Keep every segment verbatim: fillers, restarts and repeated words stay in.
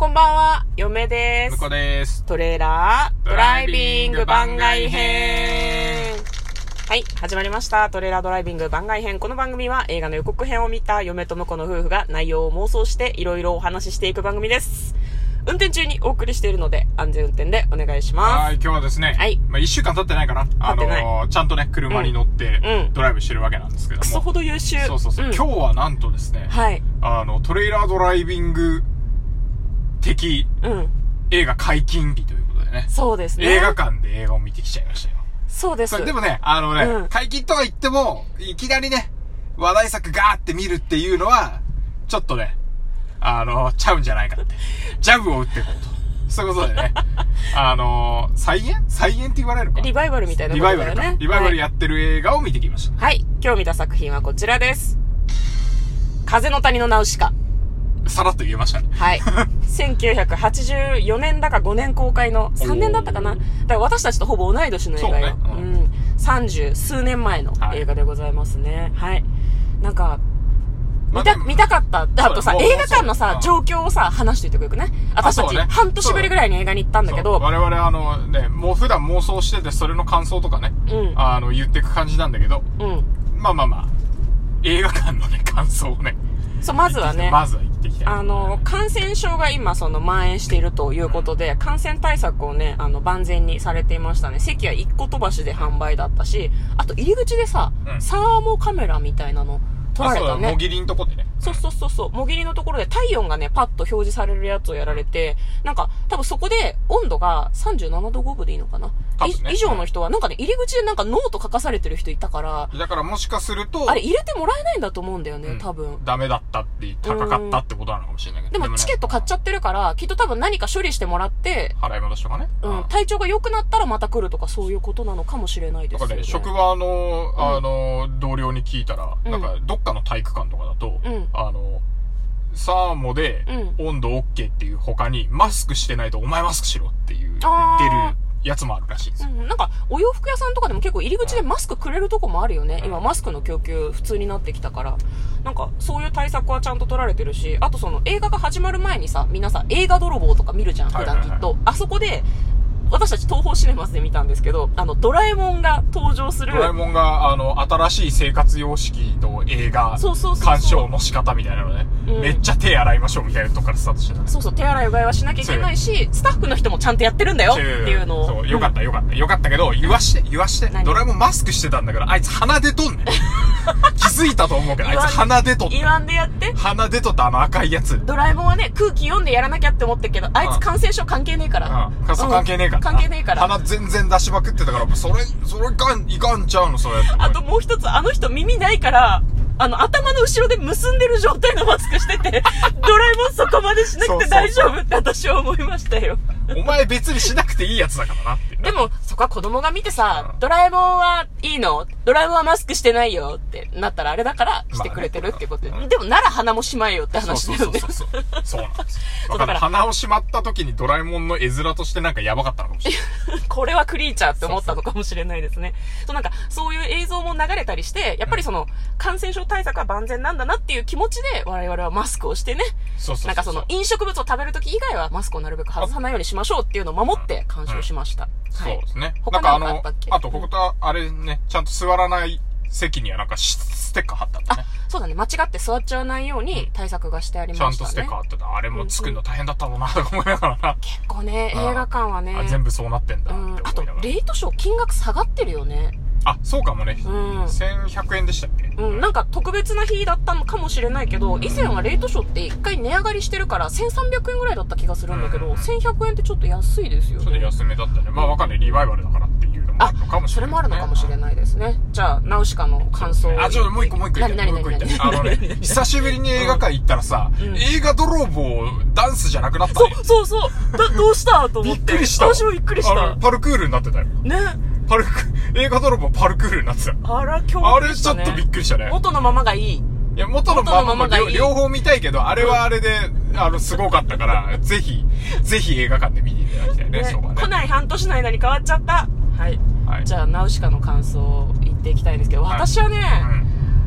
こんばんは、嫁です。 向こうです。 トレーラードライビング番外編。はい、始まりました。トレーラードライビング番外編。この番組は映画の予告編を見た嫁と婿の夫婦が内容を妄想していろいろお話ししていく番組です。運転中にお送りしているので安全運転でお願いします。 はい、今日はですね、はい、まあいっしゅうかん経ってないかな。あのー、ちゃんとね、車に乗って、うん、ドライブしてるわけなんですけども。 クソほど優秀。 そうそうそう。うん、今日はなんとですね、はい、あの、トレーラードライビング的、うん、映画解禁日ということでね。 そうですね。 映画館で映画を見てきちゃいましたよ。 そうです。 でもね、あのね、うん、解禁とは言っても、いきなりね、話題作ガーって見るっていうのは、ちょっとね、あの、ちゃうんじゃないかって。ジャブを打っていこうと。そういうことでね。あの、再演再演って言われるかリバイバルみたいなことだよね。 リバイバルか。リバイバルやってる映画を見てきました。 はい。今日見た作品はこちらです。風の谷のナウシカ。 さらっと言えましたね。 はい。せんきゅうひゃくはちじゅうよねんだかごねん公開のさんねんだったかな。だから私たちとほぼ同い年の映画よ。うね、うん。うん。さんじゅう数年前の映画でございますね。はい。はい、なんか、見た、見たかった。あとさ、映画館のさ、状況をさ、話しておいてくれよくね。私たち、半年ぶりぐらいに映画に行ったんだけど。 我々あのね、もう普段妄想してて、それの感想とかね、うん、あの、言っていく感じなんだけど、うん、まあまあまあ、映画館のね、感想をね、 そう、まずはね、 まずは言っていきたい。 あの、感染症が今、その、蔓延しているということで、感染対策をね、あの、万全にされていましたね。席はいっこ飛ばしで販売だったし、あと、入り口でさ、うん、サーモカメラみたいなの、撮られたね。 そうだ、もぎりのとこでね。 そうそうそうそう。もぎりのところで体温がね、パッと表示されるやつをやられて、なんか、多分そこで温度がさんじゅうななどごぶでいいのかな、ね、以上の人は、なんかね、入り口でなんかノート書かされてる人いたから。 だからもしかすると。 あれ入れてもらえないんだと思うんだよね、うん、多分。 ダメだったって、高かったってことなのかもしれないけど。 でもチケット買っちゃってるから、きっと多分何か処理してもらって、 払い戻しとかね。 うん。体調が良くなったらまた来るとかそういうことなのかもしれないですよね。 だからね、職場の、あの、同僚に聞いたら、うん、なんか、どっかの体育館とかだと、うん、あの、サーモで温度 OK っていう他にマスクしてないとお前マスクしろっていう出るやつもあるらしいですよ、 うん、なんかお洋服屋さんとかでも結構入り口でマスクくれるとこもあるよね、うん、今マスクの供給普通になってきたからなんかそういう対策はちゃんと取られてるしあとその映画が始まる前にさみんなさ映画泥棒とか見るじゃん普段きっと、はいはいはい、あそこで私たち東宝シネマスで見たんですけど、あの、ドラえもんが登場する。 ドラえもんが、あの、新しい生活様式の映画、そうそうそうそう鑑賞の仕方みたいなのね、うん、めっちゃ手洗いましょうみたいなとこからスタートしてた、ね。 そうそう、手洗いうがいはしなきゃいけないし、スタッフの人もちゃんとやってるんだよっていうのを。 そう、よかったよかった。よかったけど、言わして、言わして。ドラえもんマスクしてたんだから、あいつ鼻出とんねん。気づいたと思うけど、あいつ鼻出とった。 言わんでやって。 鼻出とったあの赤いやつ。 ドラえもんはね、空気読んでやらなきゃって思ってるけど、あいつ感染症関係ねえから。 うん。感染関係ねえから。 関係ねえから。 鼻全然出しまくってたから、それ、それかん、いかんちゃうの、それ。 あともう一つ、あの人耳ないから、あの、頭の後ろで結んでる状態のマスクしてて、ドラえもんそこまでしなくて大丈夫って私は思いましたよ。 お前別にしなくていいやつだからなって。 でも、そこは子供が見てさ、うん、ドラえもんはいいの？ドラえもんはマスクしてないよってなったらあれだからしてくれてるってことで。まあね、でもなら鼻もしまえよって話だよね。 そうそうそうそう。そうなんですよ。だから鼻をしまった時にドラえもんの絵面としてなんかやばかったのかもしれない。 これはクリーチャーって思ったのかもしれないですね。そうそうなんか、そういう映像も流れたりして、やっぱりその、感染症対策は万全なんだなっていう気持ちで我々はマスクをしてね。そうそうそうそう。なんかその、飲食物を食べる時以外はマスクをなるべく外さないようにしましょうっていうのを守って鑑賞しました。 うんうんはい、そうですね。 他なんかあったっけ？ あと、こことは、あれね、ちゃんと座らない席にはなんかステッカー貼ったんだね。 あ、そうだね。間違って座っちゃわないように対策がしてありましたね。 ちゃんとステッカー貼ってた。あれも作るの大変だったろうな、とか思いながらな。 結構ね、映画館はね。 全部そうなってんだって思いながら。 あと、レイトショー金額下がってるよね。 あ、そうかもね。うん。せんひゃくえんでしたっけ？ うん。なんか特別な日だったのかもしれないけど、以前はレイトショーって一回値上がりしてるからせんさんびゃくえんぐらいだった気がするんだけど、うん、せんひゃくえんってちょっと安いですよね。 ちょっと安めだったね。まあわかんない。リバイバルだからっていうのもあるのかもしれない、ね。あ、それもあるのかもしれないですね。じゃあ、ナウシカの感想を。 あ、ちょっともう一個もう一個言って。 何何何何あのね、久しぶりに映画館行ったらさ、うん、映画泥棒ダンスじゃなくなったね。 そうそうそう。だ、どうしたと思って。 びっくりした。 私もびっくりした。 パルクールになってたよ。 ね。 パルク、映画泥棒パルクールになってた。 あら、今日、ね、あれちょっとびっくりしたね。 元のままがいい。 いや、元のままも両方見たいけど、あれはあれで、あの、すごかったから、ぜひ、ぜひ映画館で見ていただきたいね、ねそうはね。 来ない半年の間に変わっちゃった。はい。はい、じゃあ、ナウシカの感想を言っていきたいんですけど、はい、私はね、うん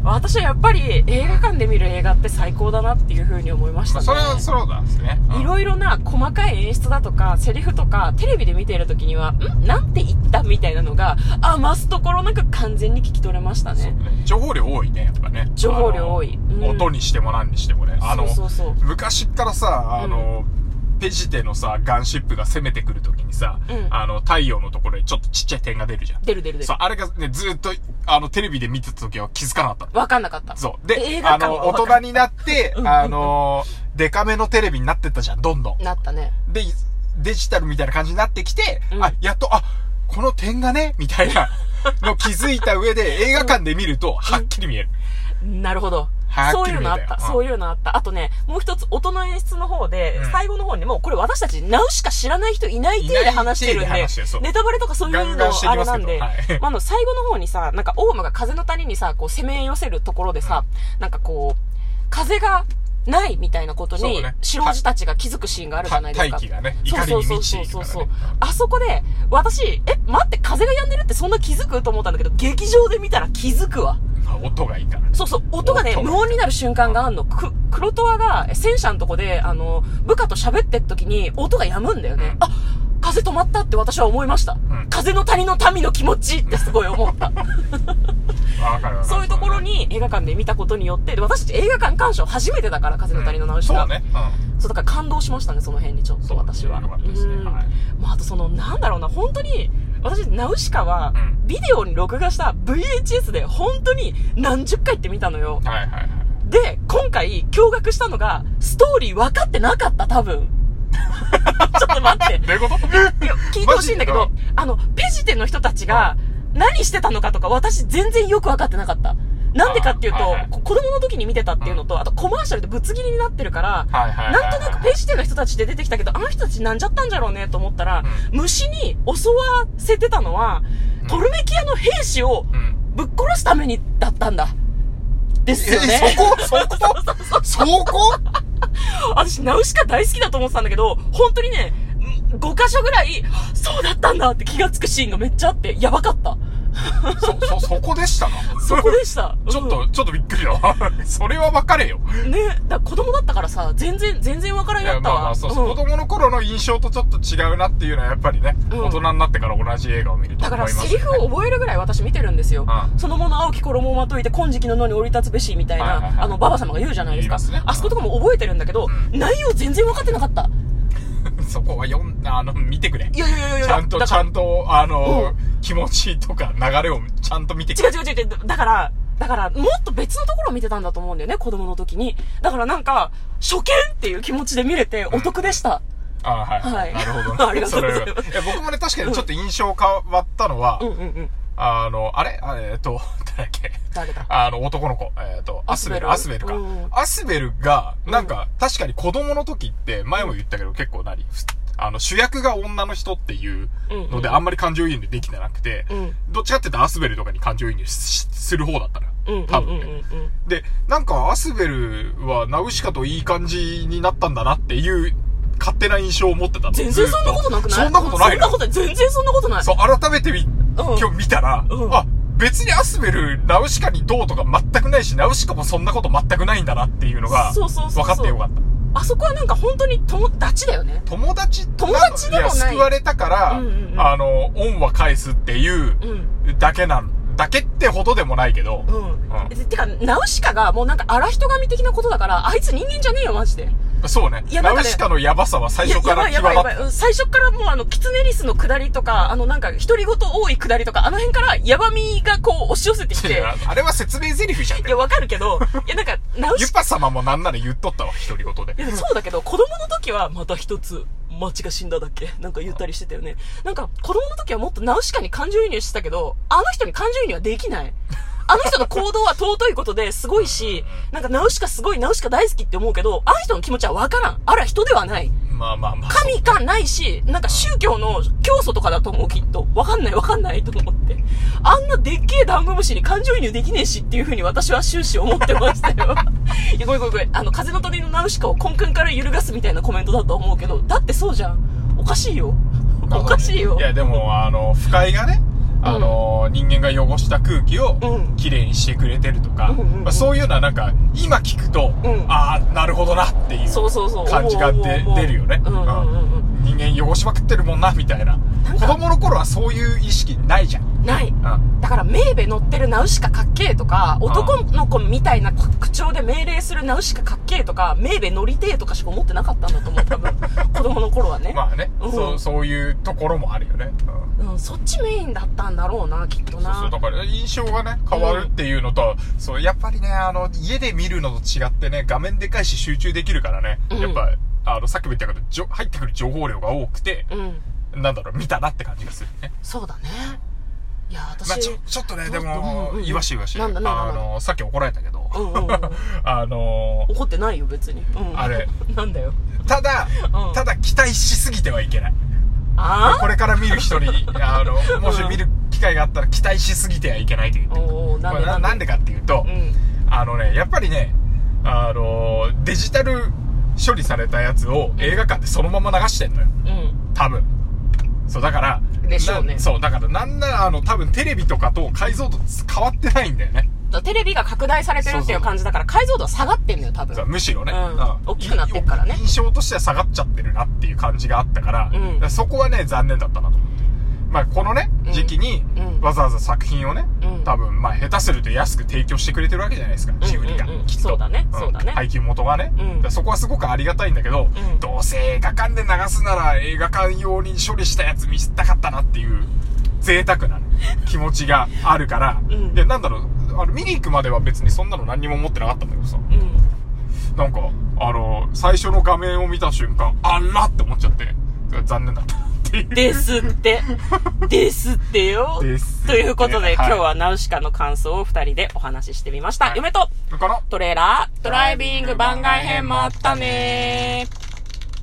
私はやっぱり映画館で見る映画って最高だなっていう風に思いましたね。 それはそうなんですね。 いろいろな細かい演出だとかセリフとかテレビで見ている時にはんなんて言ったみたいなのが余すところなく完全に聞き取れましたね。 ね、情報量多いね、やっぱね。 情報量多い、 うん、音にしても何にしてもね。あの、 そうそうそう、 昔からさ、あの、うんペジテのさ、ガンシップが攻めてくるときにさ、うん、あの、太陽のところにちょっとちっちゃい点が出るじゃん。 出る出る出る。 そう、あれがね、ずーっと、あの、テレビで見てたときは気づかなかった。 わかんなかった。 そう。で、あの、大人になって、あの、デカめのテレビになってったじゃん、どんどん。 なったね。 で、デジタルみたいな感じになってきて、うん、あ、やっと、あ、この点がね、みたいなの気づいた上で、映画館で見ると、はっきり見える。 うん、なるほど。そういうのあった。そういうのあった。あとね、もう一つ音の演出の方で、うん、最後の方にもうこれ私たちナウしか知らない人いない体で話してるんで、ネタバレとかそういうのあれなんで、はい、まあ、あの最後の方にさ、なんかオウムが風の谷にさ、こう攻め寄せるところでさ、うん、なんかこう、風がないみたいなことに、白地たちが気づくシーンがあるじゃないですか。 大気がね、怒りに満ちているからね。そうそうそうそう。 あそこで、私、え、待って、風が止んでるってそんな気づくと思ったんだけど、劇場で見たら気づくわ。 音がいいから、ね。 そうそう、音がね、無音になる瞬間があんの。く、黒トアが戦車のとこで、あの、部下と喋ってる時に音が止むんだよね。うん、あ、風止まったって私は思いました。うん、風の谷の民の気持ちってすごい思った。そういうところに映画館で見たことによって、で私たち映画館鑑賞初めてだから、風の谷のナウシカ。 うん、そうね。 うん。そう、だから感動しましたね、その辺にちょっと私は。 よかったですね。はい。 まあ、あとその、なんだろうな、本当に、私、ナウシカは、ビデオに録画した ブイエイチエス で本当に何十回って見たのよ。 はいはいはい。 で、今回、驚愕したのが、ストーリー分かってなかった、多分。ちょっと待って。 どういうこと？ いや、聞いてほしいんだけど、あの、ペジテの人たちが何してたのかとか、私全然よく分かってなかった。なんでかっていうと、はいはい、子供の時に見てたっていうのと、うん、あとコマーシャルでぶつ切りになってるから、はいはいはいはい、なんとなくペジテの人たちで出てきたけど、あの人たちなんじゃったんじゃろうねと思ったら、うん、虫に襲わせてたのは、うん、トルメキアの兵士をぶっ殺すためにだったんだ。ですよね。 え、そこそこそこ私、ナウシカ大好きだと思ってたんだけど、本当にね、ご箇所ぐらい、そうだったんだって気がつくシーンがめっちゃあって、やばかった。 そ、そ、そこでしたな。 そこでした。 ちょっと、うん、ちょっとびっくりだわ。それは分かれよ。 ね、だ子供だったからさ、全然、全然分からんやったわ。 まあまあ、そうそう、うん、子供の頃の印象とちょっと違うなっていうのはやっぱりね、うん、大人になってから同じ映画を見ると思います、ね。 だからセリフを覚えるぐらい私見てるんですよ。うん、そのもの青き衣をまといて金色の野に降り立つべしみたいな、はいはいはい、あの、ババ様が言うじゃないですか。すね、あそことかも覚えてるんだけど、うん、内容全然分かってなかった。 そこは読ん、あの、見てくれ。 いやいやいやいやちゃんと、ちゃんと、あの、うん、気持ちとか流れをちゃんと見てくれ。 違う違う違う。だから、だから、もっと別のところを見てたんだと思うんだよね、子供の時に。だからなんか、初見っていう気持ちで見れてお得でした。 うん、ああ、はい。はい。なるほど、ね。 ありがとうございます。 いや僕もね、確かにちょっと印象変わったのは、 うんうんうん。 あの、あれあれ、えっと、誰だっけ誰だあの、男の子。えっと、アスベル、アスベルか。アスベルが、なんか、確かに子供の時って、前も言ったけど結構何あの、主役が女の人っていうので、あんまり感情移入できてなくて、うん、どっちかって言ったらアスベルとかに感情移入する方だったのよ。多分ね。で、なんかアスベルはナウシカといい感じになったんだなっていう勝手な印象を持ってたの。 全然そんなことなくない？ そんなことないの？ そんなことない。全然そんなことない。 そう、改めてみ、うん、今日見たら、うん、あ、別にアスベル、ナウシカにどうとか全くないし、ナウシカもそんなこと全くないんだなっていうのが、分かってよかった。 あそこはなんか本当に友達だよね。 友達友達でもない。 救われたから、うんうんうん、あの、恩は返すっていうだけなん、だけってほどでもないけど。 うん。うん、てか、ナウシカがもうなんか荒人神的なことだから、あいつ人間じゃねえよ、マジで。 そうね。いや、ナウシカのヤバさは最初から際立った。やばいやばいやばい。 最初からもうあの、キツネリスの下りとか、あのなんか、独り言多い下りとか、あの辺からヤバみがこう押し寄せてきて。 あれは説明台詞じゃん。いや、わかるけど、いやなんか、 ナウシカ。ユパ様もなんなら言っとったわ、独り言で。 いや、そうだけど、子供の時は、また一つ、町が死んだだっけなんか言ったりしてたよね。なんか、子供の時はもっとナウシカに感情移入してたけど、あの人に感情移入はできない。あの人の行動は尊いことですごいし、なんかナウシカすごい、ナウシカ大好きって思うけど、あの人の気持ちはわからん。あら、人ではない。 まあまあまあ。 神かないし、なんか宗教の教祖とかだと思う、きっと。わかんないわかんないと思って。あんなでっけえダンゴムシに感情移入できねえしっていう風に私は終始思ってましたよ。いや、ごめんごめんごめん。あの、風の鳥のナウシカを根幹から揺るがすみたいなコメントだと思うけど、だってそうじゃん。おかしいよ。おかしいよ。 いや、でも、あの、不快がね、 あのー、人間が汚した空気をきれいにしてくれてるとか、 うんうんうん、 まあ、そういうのはなんか今聞くと、うん、ああなるほどなっていう感じが出るよね。人間汚しまくってるもんなみたいな。子供の頃はそういう意識ないじゃん。 ない、うん、だからメーベ乗ってるナウシカかっけーとか、男の子みたいな口調で命令するナウシカかっけーとか、メーベ乗りてーとかしか思ってなかったんだと思う、多分子供の頃はね。 まあね、うん、そうそういうところもあるよね、 うんうん、そっちメインだったんだろうな、きっとな。 そうそう、だから印象がね変わるっていうのと、うん、そうやっぱりね、あの家で見るのと違ってね、画面でかいし集中できるからね、うん、やっぱあのさっきも言ったけど入ってくる情報量が多くて、うん、なんだろう、見たなって感じがするね。 そうだね。いや、私、 まあ、ちょ、ちょっとね、でも、言わしい言わしい。 なんだなんだあの、さっき怒られたけど、 うんうんうん、 あの怒ってないよ、別に。うん、 あれ。 なんだよ。 ただ、うん、ただ期待しすぎてはいけない。 あこれから見る人に、あの、もし見る機会があったら期待しすぎてはいけないと言ってる。 おー、なんで、 まあ、なんでかっていうと、うん、あのね、やっぱりね、あの、デジタル処理されたやつを映画館でそのまま流してんのよ。うん。多分。そうだからでしょうね。 そうだからなんならあの多分テレビとかと解像度変わってないんだよね。 テレビが拡大されてるっていう感じだから解像度は下がってんのよ多分。 そうむしろね、 うんうん、大きくなってるからね。 印象としては下がっちゃってるなっていう感じがあったから、うん、からそこはね残念だったなと思って。まあこのね時期にわざわざ作品をね、うん、多分まあ下手すると安く提供してくれてるわけじゃないですか、ジブリが、うんうんうん、きっと。 そうだね、そうだね。 配給元がね、うん、そこはすごくありがたいんだけど、うん、どうせ映画館で流すなら映画館用に処理したやつ見せたかったなっていう贅沢な気持ちがあるから、うん、でなんだろう、あの見に行くまでは別にそんなの何にも思ってなかったんだけどさ、うん、なんかあの最初の画面を見た瞬間あらって思っちゃって残念だったですってですってよですということで、はい、今日はナウシカの感想を二人でお話ししてみました、はい、嫁とトレーラードライビング番外編もあったねー。